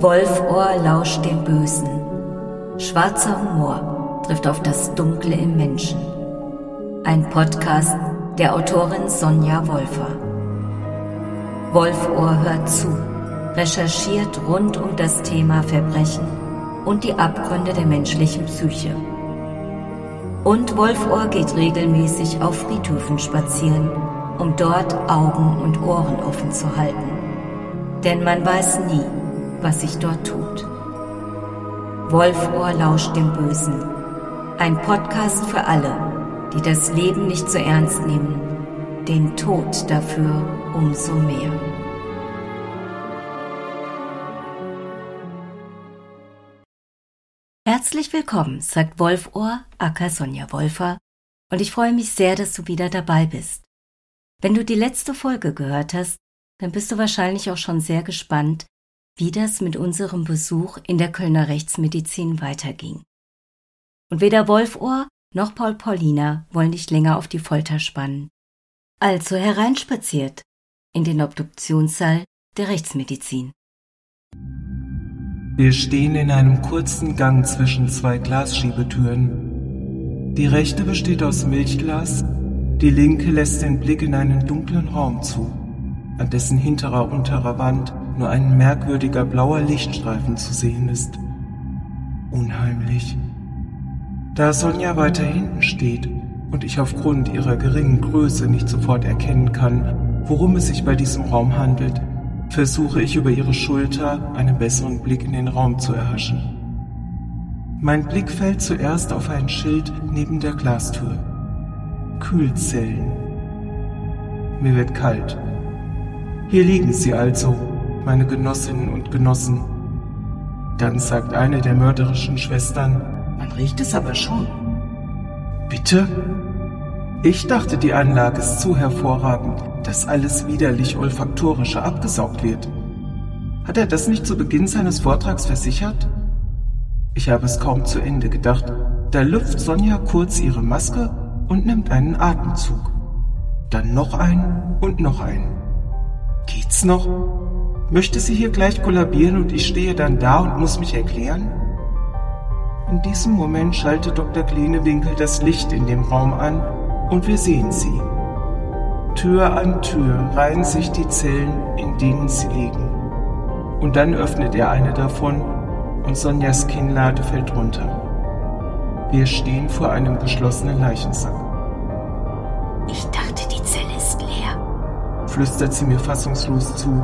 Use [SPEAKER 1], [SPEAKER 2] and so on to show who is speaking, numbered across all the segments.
[SPEAKER 1] Wolfohr lauscht dem Bösen. Schwarzer Humor trifft auf das Dunkle im Menschen. Ein Podcast der Autorin Sonja Wolfer. Wolfohr hört zu, recherchiert rund um das Thema Verbrechen und die Abgründe der menschlichen Psyche. Und Wolfohr geht regelmäßig auf Friedhöfen spazieren, um dort Augen und Ohren offen zu halten. Denn man weiß nie, was sich dort tut. Wolfohr lauscht dem Bösen. Ein Podcast für alle, die das Leben nicht so ernst nehmen, den Tod dafür umso mehr. Herzlich willkommen, sagt Wolfohr, aka Sonja Wolfer, und ich freue mich sehr, dass du wieder dabei bist. Wenn du die letzte Folge gehört hast, dann bist du wahrscheinlich auch schon sehr gespannt, wie das mit unserem Besuch in der Kölner Rechtsmedizin weiterging. Und weder Wolfohr noch Paulina wollen dich länger auf die Folter spannen. Also hereinspaziert in den Obduktionssaal der Rechtsmedizin.
[SPEAKER 2] Wir stehen in einem kurzen Gang zwischen zwei Glasschiebetüren. Die rechte besteht aus Milchglas, die linke lässt den Blick in einen dunklen Raum zu, an dessen hinterer unterer Wand nur ein merkwürdiger blauer Lichtstreifen zu sehen ist. Unheimlich. Da Sonja weiter hinten steht und ich aufgrund ihrer geringen Größe nicht sofort erkennen kann, worum es sich bei diesem Raum handelt, versuche ich über ihre Schulter einen besseren Blick in den Raum zu erhaschen. Mein Blick fällt zuerst auf ein Schild neben der Glastür. Kühlzellen. Mir wird kalt. Hier liegen sie also, meine Genossinnen und Genossen. Dann sagt eine der mörderischen Schwestern, man riecht es aber schon. Bitte? Ich dachte, die Anlage ist so hervorragend, dass alles widerlich Olfaktorische abgesaugt wird. Hat er das nicht zu Beginn seines Vortrags versichert? Ich habe es kaum zu Ende gedacht. Da lüpft Sonja kurz ihre Maske und nimmt einen Atemzug. Dann noch einen und noch einen. Geht's noch? Möchte sie hier gleich kollabieren und ich stehe dann da und muss mich erklären? In diesem Moment schaltet Dr. Klenewinkel das Licht in dem Raum an und wir sehen sie. Tür an Tür reihen sich die Zellen, in denen sie liegen. Und dann öffnet er eine davon und Sonjas Kinnlade fällt runter. Wir stehen vor einem geschlossenen Leichensack.
[SPEAKER 1] Ich dachte, die Zelle ist leer,
[SPEAKER 2] flüstert sie mir fassungslos zu.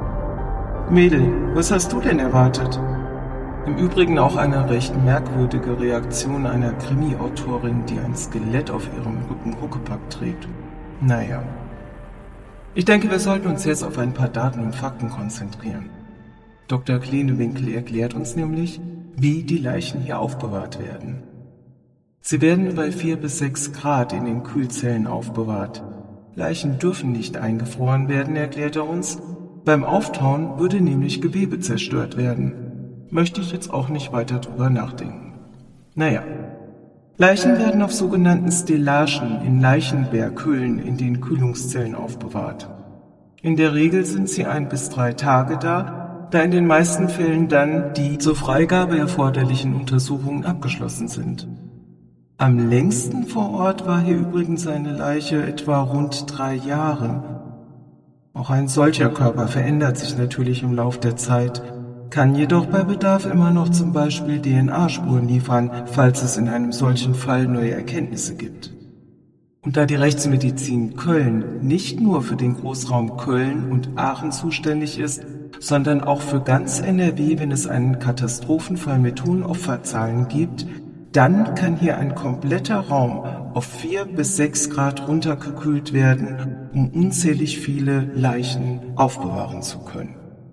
[SPEAKER 2] Mädel, was hast du denn erwartet? Im Übrigen auch eine recht merkwürdige Reaktion einer Krimi-Autorin, die ein Skelett auf ihrem Rücken Huckepack trägt. Naja. Ich denke, wir sollten uns jetzt auf ein paar Daten und Fakten konzentrieren. Dr. Klenewinkel erklärt uns nämlich, wie die Leichen hier aufbewahrt werden. Sie werden bei 4 bis 6 Grad in den Kühlzellen aufbewahrt. Leichen dürfen nicht eingefroren werden, erklärt er uns. Beim Auftauen würde nämlich Gewebe zerstört werden. Möchte ich jetzt auch nicht weiter drüber nachdenken. Naja. Leichen werden auf sogenannten Stellagen in Leichenberghüllen in den Kühlungszellen aufbewahrt. In der Regel sind sie 1 bis 3 Tage da in den meisten Fällen dann die zur Freigabe erforderlichen Untersuchungen abgeschlossen sind. Am längsten vor Ort war hier übrigens eine Leiche etwa rund 3 Jahre. Auch ein solcher Körper verändert sich natürlich im Lauf der Zeit, kann jedoch bei Bedarf immer noch zum Beispiel DNA-Spuren liefern, falls es in einem solchen Fall neue Erkenntnisse gibt. Und da die Rechtsmedizin Köln nicht nur für den Großraum Köln und Aachen zuständig ist, sondern auch für ganz NRW, wenn es einen Katastrophenfall mit hohen Opferzahlen gibt, dann kann hier ein kompletter Raum auf 4 bis 6 Grad runtergekühlt werden, um unzählig viele Leichen aufbewahren zu können.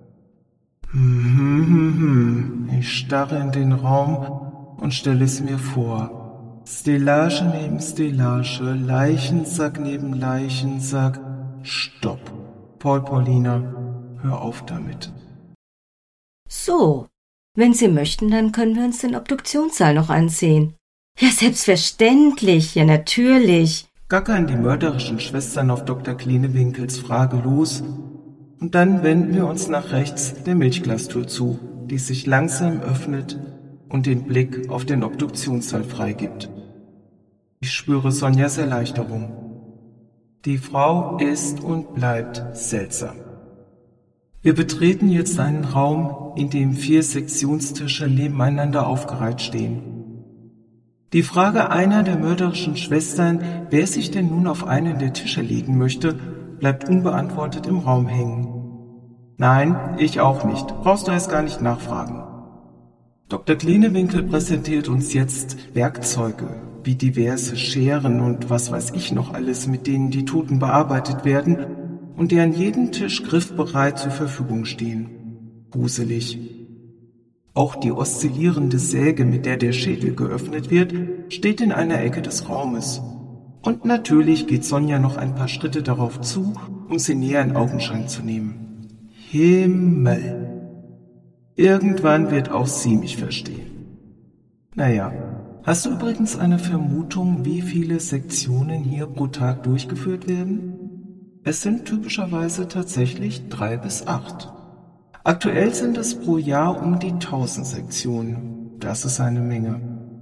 [SPEAKER 2] Ich starre in den Raum und stelle es mir vor. Stellage neben Stellage, Leichensack neben Leichensack. Stopp. Paulina, hör auf damit.
[SPEAKER 1] So, wenn Sie möchten, dann können wir uns den Obduktionssaal noch ansehen. Ja, selbstverständlich, ja natürlich.
[SPEAKER 2] Gackern die mörderischen Schwestern auf Dr. Klenewinkels Frage los und dann wenden wir uns nach rechts der Milchglastür zu, die sich langsam öffnet und den Blick auf den Obduktionssaal freigibt. Ich spüre Sonjas Erleichterung. Die Frau ist und bleibt seltsam. Wir betreten jetzt einen Raum, in dem 4 Sektionstische nebeneinander aufgereiht stehen. Die Frage einer der mörderischen Schwestern, wer sich denn nun auf einen der Tische legen möchte, bleibt unbeantwortet im Raum hängen. Nein, ich auch nicht. Brauchst du erst gar nicht nachfragen. Dr. Klenewinkel präsentiert uns jetzt Werkzeuge, wie diverse Scheren und was weiß ich noch alles, mit denen die Toten bearbeitet werden und die an jedem Tisch griffbereit zur Verfügung stehen. Gruselig. Auch die oszillierende Säge, mit der der Schädel geöffnet wird, steht in einer Ecke des Raumes. Und natürlich geht Sonja noch ein paar Schritte darauf zu, um sie näher in Augenschein zu nehmen. Himmel! Irgendwann wird auch sie mich verstehen. Naja, hast du übrigens eine Vermutung, wie viele Sektionen hier pro Tag durchgeführt werden? Es sind typischerweise tatsächlich 3 bis 8. Aktuell sind es pro Jahr um die 1000 Sektionen. Das ist eine Menge.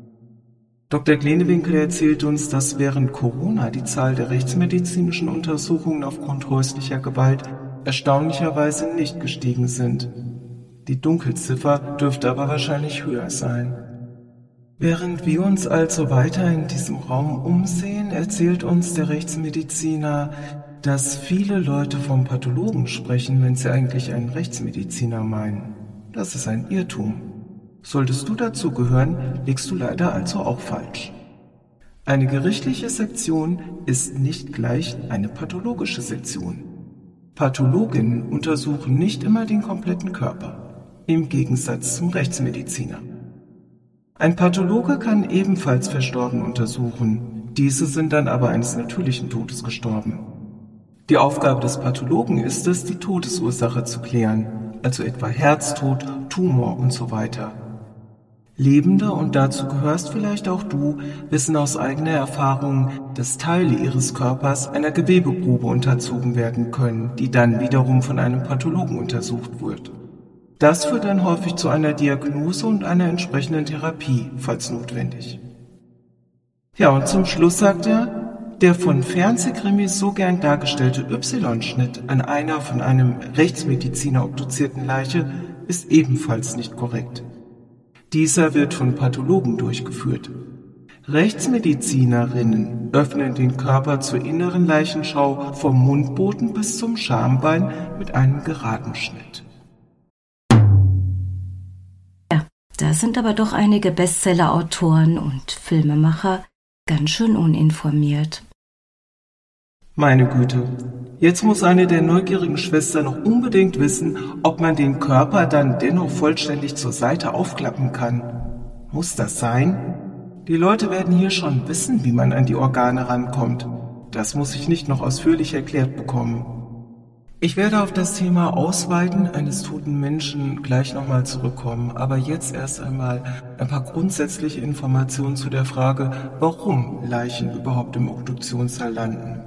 [SPEAKER 2] Dr. Klenewinkel erzählt uns, dass während Corona die Zahl der rechtsmedizinischen Untersuchungen aufgrund häuslicher Gewalt erstaunlicherweise nicht gestiegen sind. Die Dunkelziffer dürfte aber wahrscheinlich höher sein. Während wir uns also weiter in diesem Raum umsehen, erzählt uns der Rechtsmediziner, dass viele Leute vom Pathologen sprechen, wenn sie eigentlich einen Rechtsmediziner meinen. Das ist ein Irrtum. Solltest du dazu gehören, liegst du leider also auch falsch. Eine gerichtliche Sektion ist nicht gleich eine pathologische Sektion. Pathologinnen untersuchen nicht immer den kompletten Körper, im Gegensatz zum Rechtsmediziner. Ein Pathologe kann ebenfalls Verstorbene untersuchen, diese sind dann aber eines natürlichen Todes gestorben. Die Aufgabe des Pathologen ist es, die Todesursache zu klären, also etwa Herztod, Tumor und so weiter. Lebende, und dazu gehörst vielleicht auch du, wissen aus eigener Erfahrung, dass Teile ihres Körpers einer Gewebeprobe unterzogen werden können, die dann wiederum von einem Pathologen untersucht wird. Das führt dann häufig zu einer Diagnose und einer entsprechenden Therapie, falls notwendig. Ja, und zum Schluss sagt er, der von Fernsehkrimis so gern dargestellte Y-Schnitt an einer von einem Rechtsmediziner obduzierten Leiche ist ebenfalls nicht korrekt. Dieser wird von Pathologen durchgeführt. Rechtsmedizinerinnen öffnen den Körper zur inneren Leichenschau vom Mundboden bis zum Schambein mit einem geraden Schnitt.
[SPEAKER 1] Ja, da sind aber doch einige Bestseller-Autoren und Filmemacher ganz schön uninformiert.
[SPEAKER 2] Meine Güte, jetzt muss eine der neugierigen Schwestern noch unbedingt wissen, ob man den Körper dann dennoch vollständig zur Seite aufklappen kann. Muss das sein? Die Leute werden hier schon wissen, wie man an die Organe rankommt. Das muss ich nicht noch ausführlich erklärt bekommen. Ich werde auf das Thema Ausweiden eines toten Menschen gleich nochmal zurückkommen, aber jetzt erst einmal ein paar grundsätzliche Informationen zu der Frage, warum Leichen überhaupt im Obduktionssaal landen.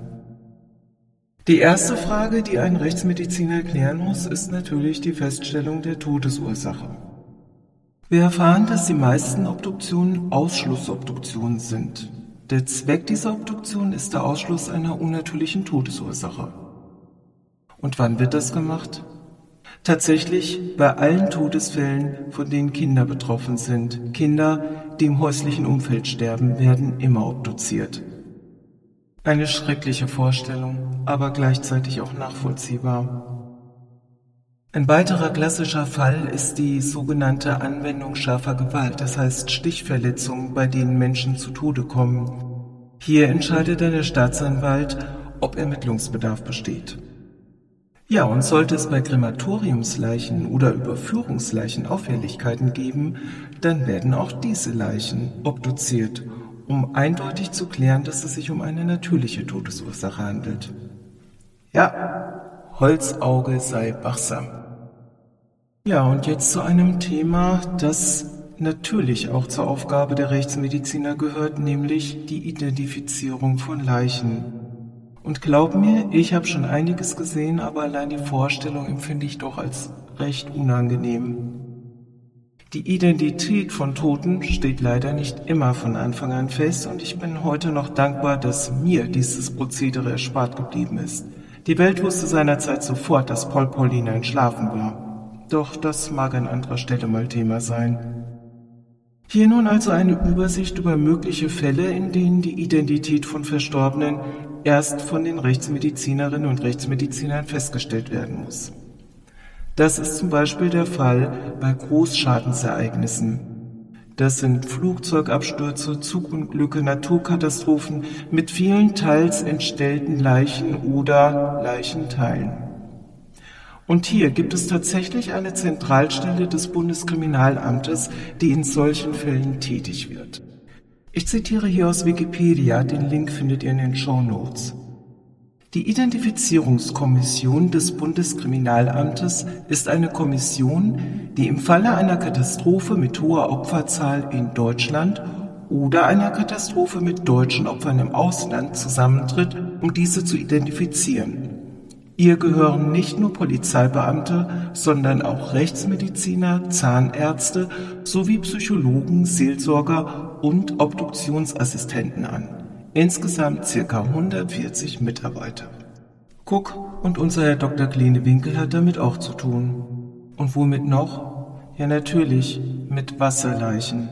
[SPEAKER 2] Die erste Frage, die ein Rechtsmediziner klären muss, ist natürlich die Feststellung der Todesursache. Wir erfahren, dass die meisten Obduktionen Ausschlussobduktionen sind. Der Zweck dieser Obduktion ist der Ausschluss einer unnatürlichen Todesursache. Und wann wird das gemacht? Tatsächlich bei allen Todesfällen, von denen Kinder betroffen sind. Kinder, die im häuslichen Umfeld sterben, werden immer obduziert. Eine schreckliche Vorstellung, aber gleichzeitig auch nachvollziehbar. Ein weiterer klassischer Fall ist die sogenannte Anwendung scharfer Gewalt, das heißt Stichverletzungen, bei denen Menschen zu Tode kommen. Hier entscheidet dann der Staatsanwalt, ob Ermittlungsbedarf besteht. Ja, und sollte es bei Krematoriumsleichen oder Überführungsleichen Auffälligkeiten geben, dann werden auch diese Leichen obduziert, um eindeutig zu klären, dass es sich um eine natürliche Todesursache handelt. Ja, Holzauge sei wachsam. Ja, und jetzt zu einem Thema, das natürlich auch zur Aufgabe der Rechtsmediziner gehört, nämlich die Identifizierung von Leichen. Und glaub mir, ich habe schon einiges gesehen, aber allein die Vorstellung empfinde ich doch als recht unangenehm. Die Identität von Toten steht leider nicht immer von Anfang an fest und ich bin heute noch dankbar, dass mir dieses Prozedere erspart geblieben ist. Die Welt wusste seinerzeit sofort, dass Pol Pauline entschlafen war. Doch das mag an anderer Stelle mal Thema sein. Hier nun also eine Übersicht über mögliche Fälle, in denen die Identität von Verstorbenen erst von den Rechtsmedizinerinnen und Rechtsmedizinern festgestellt werden muss. Das ist zum Beispiel der Fall bei Großschadensereignissen. Das sind Flugzeugabstürze, Zugunglücke, Naturkatastrophen mit vielen teils entstellten Leichen oder Leichenteilen. Und hier gibt es tatsächlich eine Zentralstelle des Bundeskriminalamtes, die in solchen Fällen tätig wird. Ich zitiere hier aus Wikipedia, den Link findet ihr in den Shownotes. Die Identifizierungskommission des Bundeskriminalamtes ist eine Kommission, die im Falle einer Katastrophe mit hoher Opferzahl in Deutschland oder einer Katastrophe mit deutschen Opfern im Ausland zusammentritt, um diese zu identifizieren. Ihr gehören nicht nur Polizeibeamte, sondern auch Rechtsmediziner, Zahnärzte sowie Psychologen, Seelsorger und Obduktionsassistenten an. Insgesamt ca. 140 Mitarbeiter. Guck, und unser Herr Dr. Kleene-Winkel hat damit auch zu tun. Und womit noch? Ja, natürlich, mit Wasserleichen.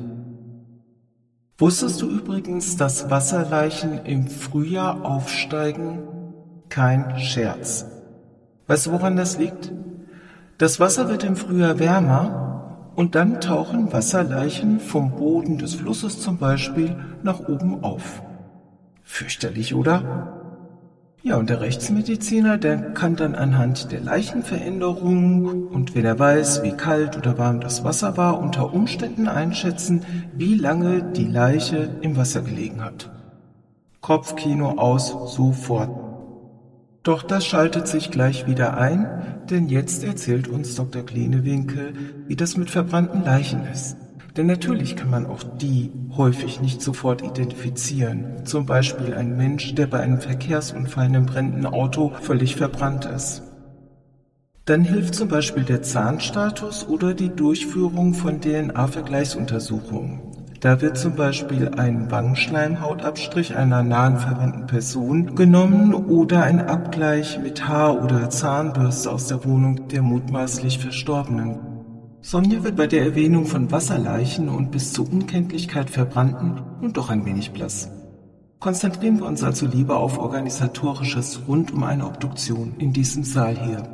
[SPEAKER 2] Wusstest du übrigens, dass Wasserleichen im Frühjahr aufsteigen? Kein Scherz. Weißt du, woran das liegt? Das Wasser wird im Frühjahr wärmer und dann tauchen Wasserleichen vom Boden des Flusses zum Beispiel nach oben auf. Fürchterlich, oder? Ja, und der Rechtsmediziner, der kann dann anhand der Leichenveränderungen und wenn er weiß, wie kalt oder warm das Wasser war, unter Umständen einschätzen, wie lange die Leiche im Wasser gelegen hat. Kopfkino aus, sofort. Doch das schaltet sich gleich wieder ein, denn jetzt erzählt uns Dr. Kleene-Winkel, wie das mit verbrannten Leichen ist. Denn natürlich kann man auch die häufig nicht sofort identifizieren. Zum Beispiel ein Mensch, der bei einem Verkehrsunfall in einem brennenden Auto völlig verbrannt ist. Dann hilft zum Beispiel der Zahnstatus oder die Durchführung von DNA-Vergleichsuntersuchungen. Da wird zum Beispiel ein Wangenschleimhautabstrich einer nahen verwandten Person genommen oder ein Abgleich mit Haar- oder Zahnbürste aus der Wohnung der mutmaßlich Verstorbenen. Sonja wird bei der Erwähnung von Wasserleichen und bis zur Unkenntlichkeit verbrannten nun doch ein wenig blass. Konzentrieren wir uns also lieber auf Organisatorisches rund um eine Obduktion in diesem Saal hier.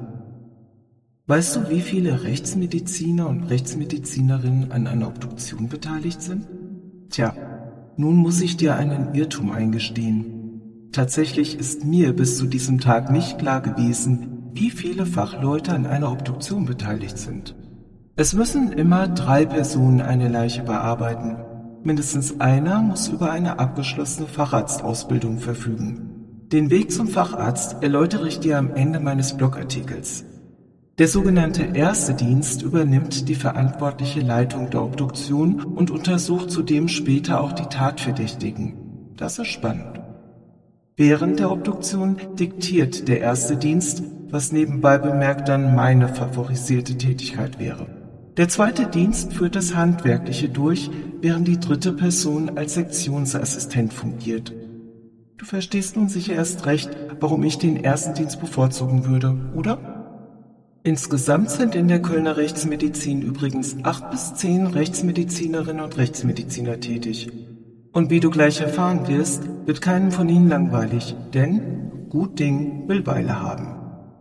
[SPEAKER 2] Weißt du, wie viele Rechtsmediziner und Rechtsmedizinerinnen an einer Obduktion beteiligt sind? Tja, nun muss ich dir einen Irrtum eingestehen. Tatsächlich ist mir bis zu diesem Tag nicht klar gewesen, wie viele Fachleute an einer Obduktion beteiligt sind. Es müssen immer 3 Personen eine Leiche bearbeiten. Mindestens einer muss über eine abgeschlossene Facharztausbildung verfügen. Den Weg zum Facharzt erläutere ich dir am Ende meines Blogartikels. Der sogenannte erste Dienst übernimmt die verantwortliche Leitung der Obduktion und untersucht zudem später auch die Tatverdächtigen. Das ist spannend. Während der Obduktion diktiert der erste Dienst, was nebenbei bemerkt dann meine favorisierte Tätigkeit wäre. Der zweite Dienst führt das Handwerkliche durch, während die dritte Person als Sektionsassistent fungiert. Du verstehst nun sicher erst recht, warum ich den ersten Dienst bevorzugen würde, oder? Insgesamt sind in der Kölner Rechtsmedizin übrigens 8 bis 10 Rechtsmedizinerinnen und Rechtsmediziner tätig. Und wie du gleich erfahren wirst, wird keinem von ihnen langweilig, denn gut Ding will Weile haben.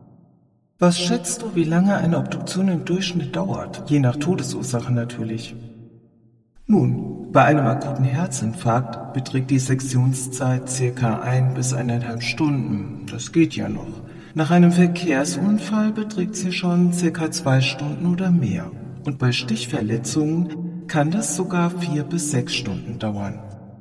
[SPEAKER 2] Was schätzt du, wie lange eine Obduktion im Durchschnitt dauert? Je nach Todesursache natürlich. Nun, bei einem akuten Herzinfarkt beträgt die Sektionszeit ca. 1 bis 1,5 Stunden. Das geht ja noch. Nach einem Verkehrsunfall beträgt sie schon ca. 2 Stunden oder mehr. Und bei Stichverletzungen kann das sogar 4 bis 6 Stunden dauern.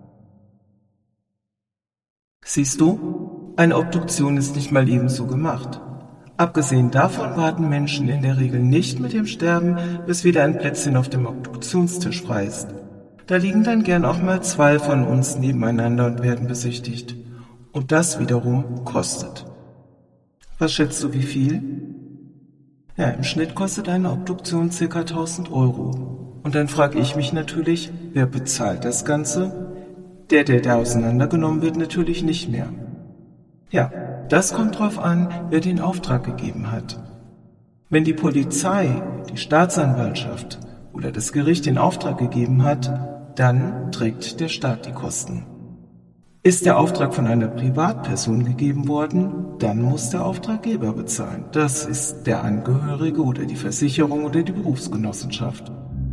[SPEAKER 2] Siehst du, eine Obduktion ist nicht mal ebenso gemacht. Abgesehen davon warten Menschen in der Regel nicht mit dem Sterben, bis wieder ein Plätzchen auf dem Obduktionstisch frei ist. Da liegen dann gern auch mal 2 von uns nebeneinander und werden besichtigt. Und das wiederum kostet. Was schätzt du, wie viel? Ja, im Schnitt kostet eine Obduktion ca. 1.000 €. Und dann frage ich mich natürlich, wer bezahlt das Ganze? Der auseinandergenommen wird, natürlich nicht mehr. Ja, das kommt drauf an, wer den Auftrag gegeben hat. Wenn die Polizei, die Staatsanwaltschaft oder das Gericht den Auftrag gegeben hat, dann trägt der Staat die Kosten. Ist der Auftrag von einer Privatperson gegeben worden, dann muss der Auftraggeber bezahlen. Das ist der Angehörige oder die Versicherung oder die Berufsgenossenschaft.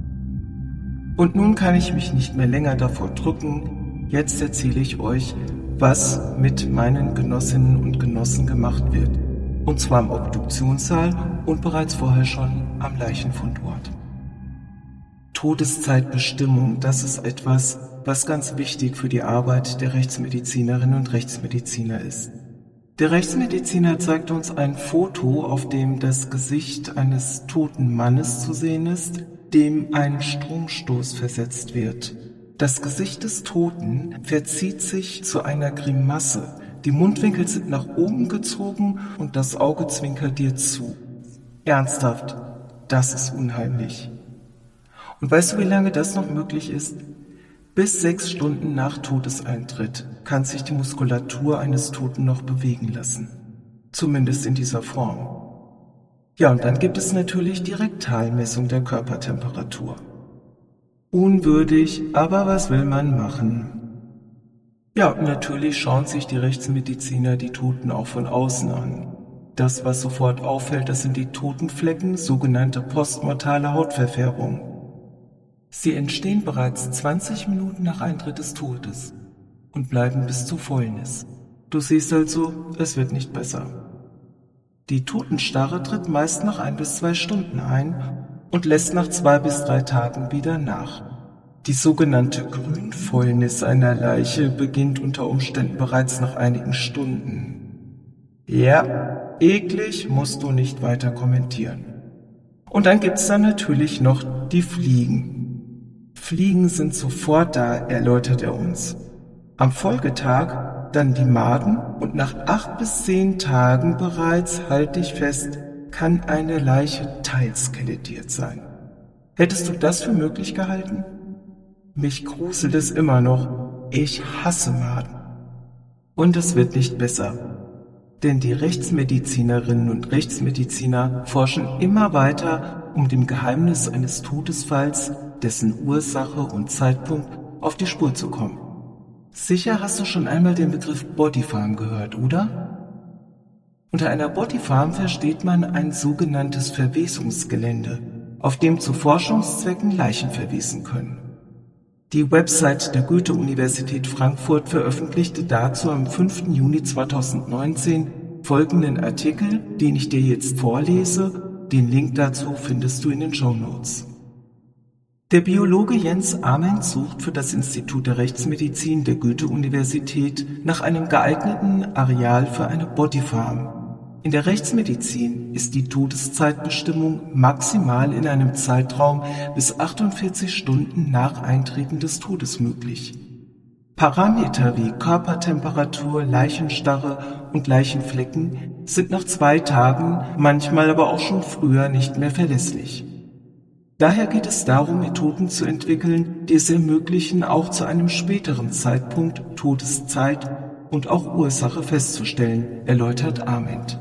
[SPEAKER 2] Und nun kann ich mich nicht mehr länger davor drücken. Jetzt erzähle ich euch, was mit meinen Genossinnen und Genossen gemacht wird. Und zwar im Obduktionssaal und bereits vorher schon am Leichenfundort. Todeszeitbestimmung, das ist etwas, was ganz wichtig für die Arbeit der Rechtsmedizinerinnen und Rechtsmediziner ist. Der Rechtsmediziner zeigt uns ein Foto, auf dem das Gesicht eines toten Mannes zu sehen ist, dem ein Stromstoß versetzt wird. Das Gesicht des Toten verzieht sich zu einer Grimasse. Die Mundwinkel sind nach oben gezogen und das Auge zwinkert dir zu. Ernsthaft, das ist unheimlich. Und weißt du, wie lange das noch möglich ist? Bis 6 Stunden nach Todeseintritt kann sich die Muskulatur eines Toten noch bewegen lassen. Zumindest in dieser Form. Ja, und dann gibt es natürlich die Rektalmessung der Körpertemperatur. Unwürdig, aber was will man machen? Ja, und natürlich schauen sich die Rechtsmediziner die Toten auch von außen an. Das, was sofort auffällt, das sind die Totenflecken, sogenannte postmortale Hautverfärbung. Sie entstehen bereits 20 Minuten nach Eintritt des Todes und bleiben bis zur Fäulnis. Du siehst also, es wird nicht besser. Die Totenstarre tritt meist nach 1 bis 2 Stunden ein und lässt nach 2 bis 3 Tagen wieder nach. Die sogenannte Grünfäulnis einer Leiche beginnt unter Umständen bereits nach einigen Stunden. Ja, eklig, musst du nicht weiter kommentieren. Und dann gibt's dann natürlich noch die Fliegen. Fliegen sind sofort da, erläutert er uns. Am Folgetag dann die Maden und nach 8 bis 10 Tagen bereits, halt dich fest, kann eine Leiche teilskelettiert sein. Hättest du das für möglich gehalten? Mich gruselt es immer noch. Ich hasse Maden. Und es wird nicht besser. Denn die Rechtsmedizinerinnen und Rechtsmediziner forschen immer weiter, um dem Geheimnis eines Todesfalls, dessen Ursache und Zeitpunkt, auf die Spur zu kommen. Sicher hast du schon einmal den Begriff Bodyfarm gehört, oder? Unter einer Bodyfarm versteht man ein sogenanntes Verwesungsgelände, auf dem zu Forschungszwecken Leichen verwesen können. Die Website der Goethe-Universität Frankfurt veröffentlichte dazu am 5. Juni 2019 folgenden Artikel, den ich dir jetzt vorlese. Den Link dazu findest du in den Shownotes. Der Biologe Jens Ament sucht für das Institut der Rechtsmedizin der Goethe-Universität nach einem geeigneten Areal für eine Bodyfarm. In der Rechtsmedizin ist die Todeszeitbestimmung maximal in einem Zeitraum bis 48 Stunden nach Eintreten des Todes möglich. Parameter wie Körpertemperatur, Leichenstarre und Leichenflecken sind nach 2 Tagen, manchmal aber auch schon früher nicht mehr verlässlich. Daher geht es darum, Methoden zu entwickeln, die es ermöglichen, auch zu einem späteren Zeitpunkt Todeszeit und auch Ursache festzustellen, erläutert Ament.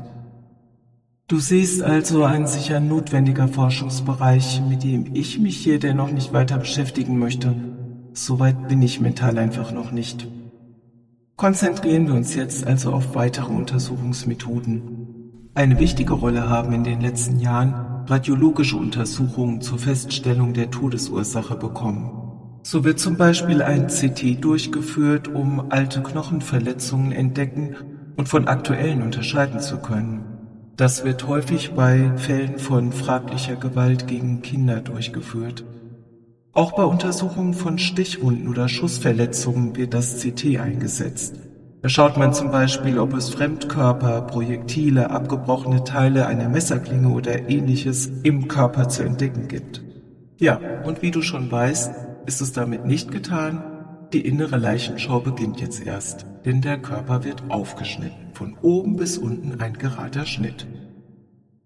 [SPEAKER 2] Du siehst also ein sicher notwendiger Forschungsbereich, mit dem ich mich hier dennoch nicht weiter beschäftigen möchte. Soweit bin ich mental einfach noch nicht. Konzentrieren wir uns jetzt also auf weitere Untersuchungsmethoden. Eine wichtige Rolle haben in den letzten Jahren radiologische Untersuchungen zur Feststellung der Todesursache bekommen. So wird zum Beispiel ein CT durchgeführt, um alte Knochenverletzungen entdecken und von aktuellen unterscheiden zu können. Das wird häufig bei Fällen von fraglicher Gewalt gegen Kinder durchgeführt. Auch bei Untersuchungen von Stichwunden oder Schussverletzungen wird das CT eingesetzt. Da schaut man zum Beispiel, ob es Fremdkörper, Projektile, abgebrochene Teile einer Messerklinge oder ähnliches im Körper zu entdecken gibt. Ja, und wie du schon weißt, ist es damit nicht getan. Die innere Leichenschau beginnt jetzt erst, denn der Körper wird aufgeschnitten, von oben bis unten ein gerader Schnitt.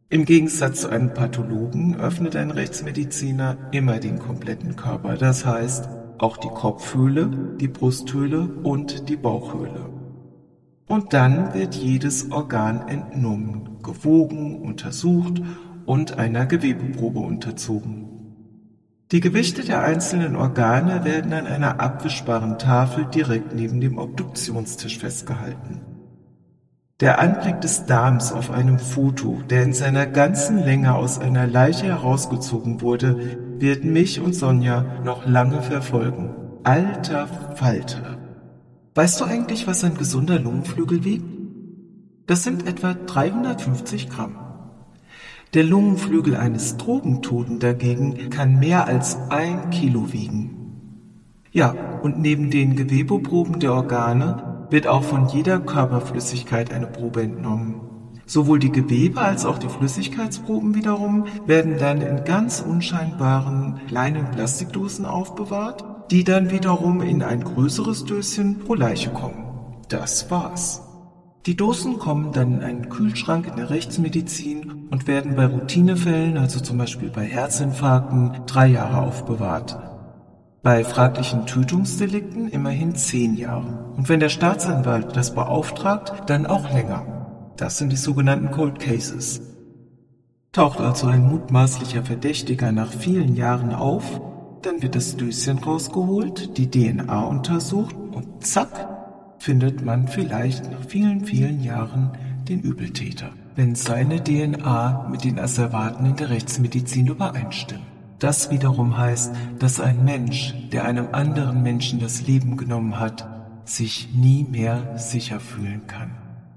[SPEAKER 2] Im Gegensatz zu einem Pathologen öffnet ein Rechtsmediziner immer den kompletten Körper, das heißt auch die Kopfhöhle, die Brusthöhle und die Bauchhöhle. Und dann wird jedes Organ entnommen, gewogen, untersucht und einer Gewebeprobe unterzogen. Die Gewichte der einzelnen Organe werden an einer abwischbaren Tafel direkt neben dem Obduktionstisch festgehalten. Der Anblick des Darms auf einem Foto, der in seiner ganzen Länge aus einer Leiche herausgezogen wurde, wird mich und Sonja noch lange verfolgen. Alter Falter! Weißt du eigentlich, was ein gesunder Lungenflügel wiegt? Das sind etwa 350 Gramm. Der Lungenflügel eines Drogentoten dagegen kann mehr als 1 Kilo wiegen. Ja, und neben den Gewebeproben der Organe wird auch von jeder Körperflüssigkeit eine Probe entnommen. Sowohl die Gewebe- als auch die Flüssigkeitsproben wiederum werden dann in ganz unscheinbaren kleinen Plastikdosen aufbewahrt, die dann wiederum in ein größeres Döschen pro Leiche kommen. Das war's. Die Dosen kommen dann in einen Kühlschrank in der Rechtsmedizin und werden bei Routinefällen, also zum Beispiel bei Herzinfarkten, 3 Jahre aufbewahrt. Bei fraglichen Tötungsdelikten immerhin 10 Jahre. Und wenn der Staatsanwalt das beauftragt, dann auch länger. Das sind die sogenannten Cold Cases. Taucht also ein mutmaßlicher Verdächtiger nach vielen Jahren auf, dann wird das Döschen rausgeholt, die DNA untersucht und zack, findet man vielleicht nach vielen, vielen Jahren den Übeltäter, wenn seine DNA mit den Asservaten in der Rechtsmedizin übereinstimmt. Das wiederum heißt, dass ein Mensch, der einem anderen Menschen das Leben genommen hat, sich nie mehr sicher fühlen kann.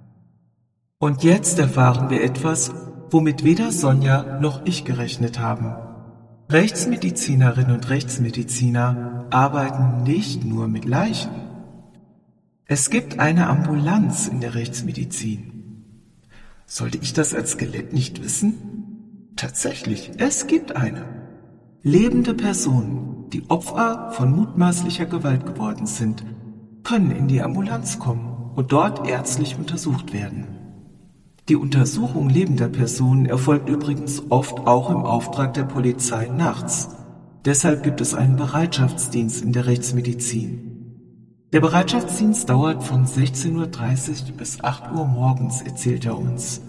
[SPEAKER 2] Und jetzt erfahren wir etwas, womit weder Sonja noch ich gerechnet haben. Rechtsmedizinerinnen und Rechtsmediziner arbeiten nicht nur mit Leichen. Es gibt eine Ambulanz in der Rechtsmedizin. Sollte ich das als Skelett nicht wissen? Tatsächlich, es gibt eine. Lebende Personen, die Opfer von mutmaßlicher Gewalt geworden sind, können in die Ambulanz kommen und dort ärztlich untersucht werden. Die Untersuchung lebender Personen erfolgt übrigens oft auch im Auftrag der Polizei nachts. Deshalb gibt es einen Bereitschaftsdienst in der Rechtsmedizin. Der Bereitschaftsdienst dauert von 16:30 Uhr bis 8 Uhr morgens, erzählt er uns.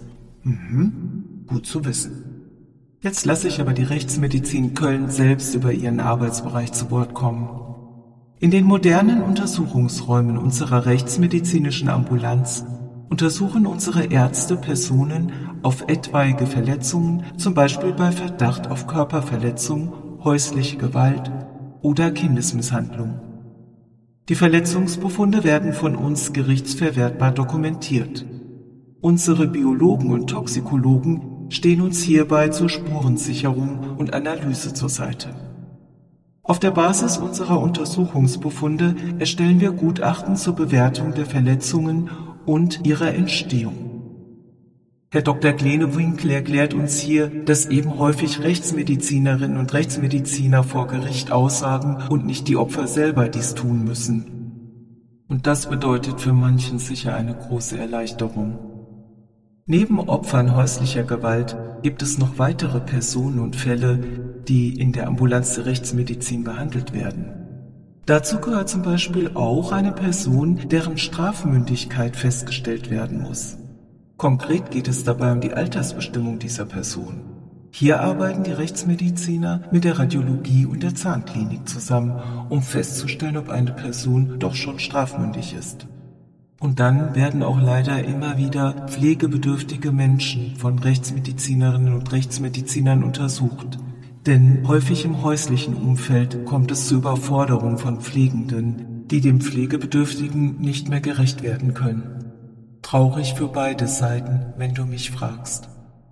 [SPEAKER 2] Gut zu wissen. Jetzt lasse ich aber die Rechtsmedizin Köln selbst über ihren Arbeitsbereich zu Wort kommen. In den modernen Untersuchungsräumen unserer rechtsmedizinischen Ambulanz untersuchen unsere Ärzte Personen auf etwaige Verletzungen, zum Beispiel bei Verdacht auf Körperverletzung, häusliche Gewalt oder Kindesmisshandlung. Die Verletzungsbefunde werden von uns gerichtsverwertbar dokumentiert. Unsere Biologen und Toxikologen stehen uns hierbei zur Spurensicherung und Analyse zur Seite. Auf der Basis unserer Untersuchungsbefunde erstellen wir Gutachten zur Bewertung der Verletzungen und ihrer Entstehung. Herr Dr. Glene-Winkel erklärt uns hier, dass eben häufig Rechtsmedizinerinnen und Rechtsmediziner vor Gericht aussagen und nicht die Opfer selber dies tun müssen. Und das bedeutet für manchen sicher eine große Erleichterung. Neben Opfern häuslicher Gewalt gibt es noch weitere Personen und Fälle, die in der Ambulanz der Rechtsmedizin behandelt werden. Dazu gehört zum Beispiel auch eine Person, deren Strafmündigkeit festgestellt werden muss. Konkret geht es dabei um die Altersbestimmung dieser Person. Hier arbeiten die Rechtsmediziner mit der Radiologie und der Zahnklinik zusammen, um festzustellen, ob eine Person doch schon strafmündig ist. Und dann werden auch leider immer wieder pflegebedürftige Menschen von Rechtsmedizinerinnen und Rechtsmedizinern untersucht. Denn häufig im häuslichen Umfeld kommt es zur Überforderung von Pflegenden, die dem Pflegebedürftigen nicht mehr gerecht werden können. Traurig für beide Seiten, wenn du mich fragst.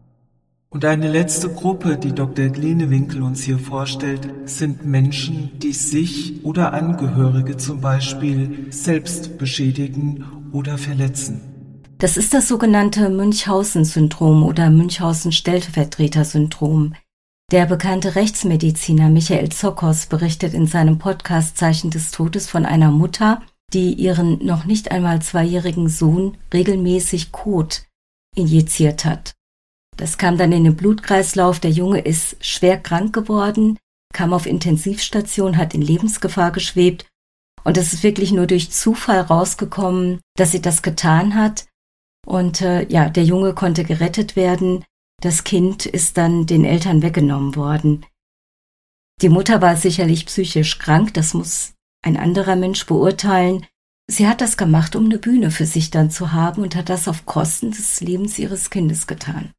[SPEAKER 2] Und eine letzte Gruppe, die Dr. Glene-Winkel uns hier vorstellt, sind Menschen, die sich oder Angehörige zum Beispiel selbst beschädigen oder verletzen.
[SPEAKER 1] Das ist das sogenannte Münchhausen-Syndrom oder Münchhausen-Stellvertreter-Syndrom. Der bekannte Rechtsmediziner Michael Zokos berichtet in seinem Podcast Zeichen des Todes von einer Mutter, die ihren noch nicht einmal 2-jährigen Sohn regelmäßig Kot injiziert hat. Das kam dann in den Blutkreislauf. Der Junge ist schwer krank geworden, kam auf Intensivstation, hat in Lebensgefahr geschwebt. Und es ist wirklich nur durch Zufall rausgekommen, dass sie das getan hat. Und der Junge konnte gerettet werden. Das Kind ist dann den Eltern weggenommen worden. Die Mutter war sicherlich psychisch krank, das muss ein anderer Mensch beurteilen. Sie hat das gemacht, um eine Bühne für sich dann zu haben und hat das auf Kosten des Lebens ihres Kindes getan.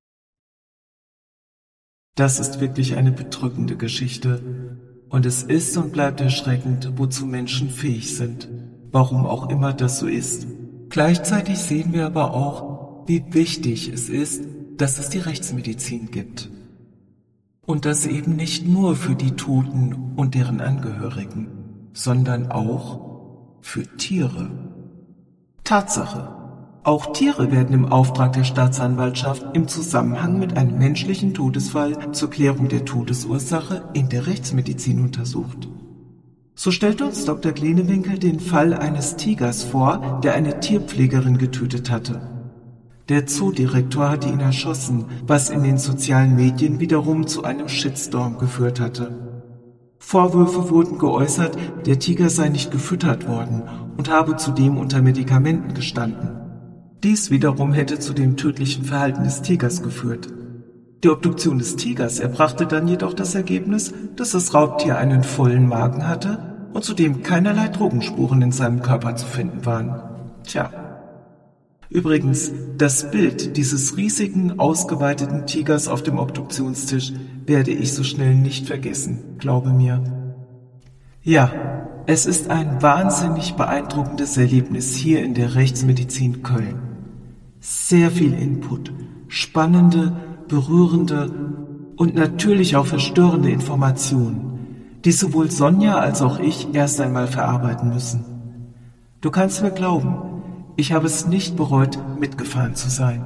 [SPEAKER 2] Das ist wirklich eine bedrückende Geschichte. Und es ist und bleibt erschreckend, wozu Menschen fähig sind. Warum auch immer das so ist. Gleichzeitig sehen wir aber auch, wie wichtig es ist, dass es die Rechtsmedizin gibt. Und das eben nicht nur für die Toten und deren Angehörigen, sondern auch für Tiere. Tatsache. Auch Tiere werden im Auftrag der Staatsanwaltschaft im Zusammenhang mit einem menschlichen Todesfall zur Klärung der Todesursache in der Rechtsmedizin untersucht. So stellte uns Dr. Glänewinkel den Fall eines Tigers vor, der eine Tierpflegerin getötet hatte. Der Zoodirektor hatte ihn erschossen, was in den sozialen Medien wiederum zu einem Shitstorm geführt hatte. Vorwürfe wurden geäußert, der Tiger sei nicht gefüttert worden und habe zudem unter Medikamenten gestanden. Dies wiederum hätte zu dem tödlichen Verhalten des Tigers geführt. Die Obduktion des Tigers erbrachte dann jedoch das Ergebnis, dass das Raubtier einen vollen Magen hatte und zudem keinerlei Drogenspuren in seinem Körper zu finden waren. Tja. Übrigens, das Bild dieses riesigen, ausgeweiteten Tigers auf dem Obduktionstisch werde ich so schnell nicht vergessen, glaube mir. Ja, es ist ein wahnsinnig beeindruckendes Erlebnis hier in der Rechtsmedizin Köln. Sehr viel Input, spannende, berührende und natürlich auch verstörende Informationen, die sowohl Sonja als auch ich erst einmal verarbeiten müssen. Du kannst mir glauben, ich habe es nicht bereut, mitgefahren zu sein.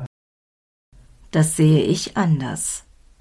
[SPEAKER 1] Das sehe ich anders.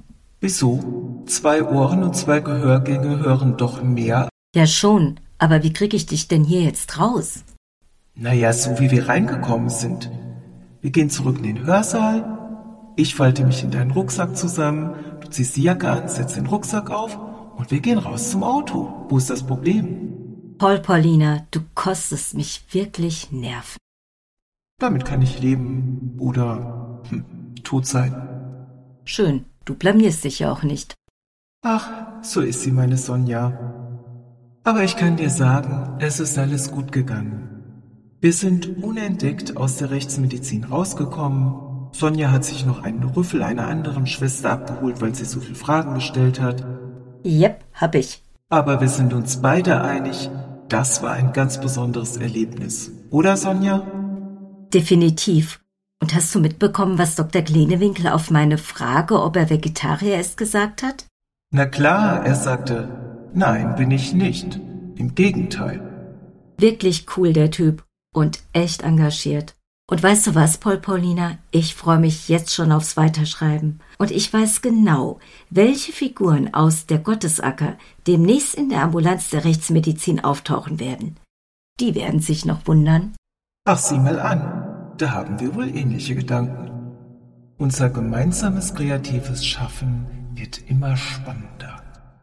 [SPEAKER 2] Wieso? 2 Ohren und 2 Gehörgänge hören doch mehr.
[SPEAKER 1] Ja schon, aber wie kriege ich dich denn hier jetzt raus?
[SPEAKER 2] Naja, so wie wir reingekommen sind. Wir gehen zurück in den Hörsaal. Ich falte mich in deinen Rucksack zusammen. Du ziehst die Jacke an, setzt den Rucksack auf und wir gehen raus zum Auto. Wo ist das Problem?
[SPEAKER 1] Paulina, du kostest mich wirklich Nerven.
[SPEAKER 2] Damit kann ich leben oder tot sein.
[SPEAKER 1] Schön, du blamierst dich ja auch nicht.
[SPEAKER 2] Ach, so ist sie, meine Sonja. Aber ich kann dir sagen, es ist alles gut gegangen. Wir sind unentdeckt aus der Rechtsmedizin rausgekommen. Sonja hat sich noch einen Rüffel einer anderen Schwester abgeholt, weil sie so viele Fragen gestellt hat.
[SPEAKER 1] Jep, hab ich.
[SPEAKER 2] Aber wir sind uns beide einig, das war ein ganz besonderes Erlebnis. Oder, Sonja?
[SPEAKER 1] Definitiv. Und hast du mitbekommen, was Dr. Glänewinkel auf meine Frage, ob er Vegetarier ist, gesagt hat?
[SPEAKER 2] Na klar, er sagte, nein, bin ich nicht. Im Gegenteil.
[SPEAKER 1] Wirklich cool, der Typ. Und echt engagiert. Und weißt du was, Paulina? Ich freue mich jetzt schon aufs Weiterschreiben. Und ich weiß genau, welche Figuren aus der Gottesacker demnächst in der Ambulanz der Rechtsmedizin auftauchen werden. Die werden sich noch wundern.
[SPEAKER 2] Ach, sieh mal an, da haben wir wohl ähnliche Gedanken. Unser gemeinsames kreatives Schaffen wird immer spannender.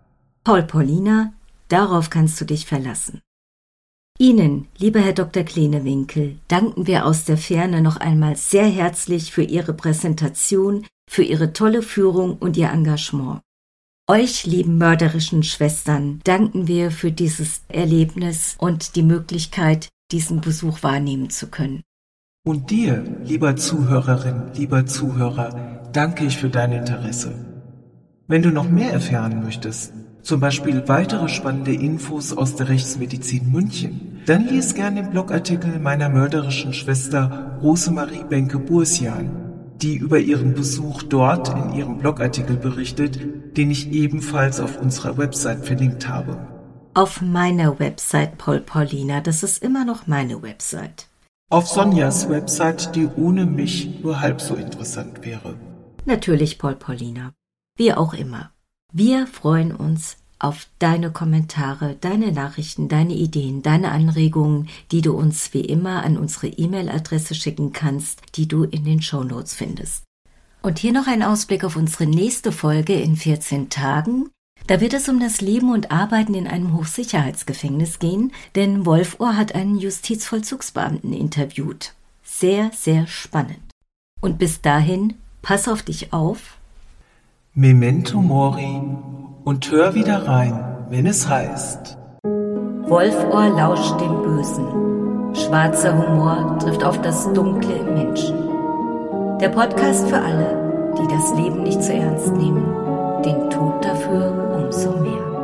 [SPEAKER 1] Paulina, darauf kannst du dich verlassen. Ihnen, lieber Herr Dr. Glänewinkel, danken wir aus der Ferne noch einmal sehr herzlich für Ihre Präsentation, für Ihre tolle Führung und Ihr Engagement. Euch, lieben mörderischen Schwestern, danken wir für dieses Erlebnis und die Möglichkeit, diesen Besuch wahrnehmen zu können.
[SPEAKER 2] Und dir, lieber Zuhörerin, lieber Zuhörer, danke ich für dein Interesse. Wenn du noch mehr erfahren möchtest, zum Beispiel weitere spannende Infos aus der Rechtsmedizin München, dann lies gerne den Blogartikel meiner mörderischen Schwester Rosemarie Benke-Bursian, die über ihren Besuch dort in ihrem Blogartikel berichtet, den ich ebenfalls auf unserer Website verlinkt habe.
[SPEAKER 1] Auf meiner Website, Paulina, das ist immer noch meine Website.
[SPEAKER 2] Auf Sonjas Website, die ohne mich nur halb so interessant wäre.
[SPEAKER 1] Natürlich, Paulina. Wie auch immer. Wir freuen uns auf deine Kommentare, deine Nachrichten, deine Ideen, deine Anregungen, die du uns wie immer an unsere E-Mail-Adresse schicken kannst, die du in den Shownotes findest. Und hier noch ein Ausblick auf unsere nächste Folge in 14 Tagen. Da wird es um das Leben und Arbeiten in einem Hochsicherheitsgefängnis gehen, denn Wolfohr hat einen Justizvollzugsbeamten interviewt. Sehr, sehr spannend. Und bis dahin, pass auf dich auf.
[SPEAKER 2] Memento Mori und hör wieder rein, wenn es heißt:
[SPEAKER 1] Wolfohr lauscht dem Bösen. Schwarzer Humor trifft auf das Dunkle im Menschen. Der Podcast für alle, die das Leben nicht zu ernst nehmen, den Tod dafür umso mehr.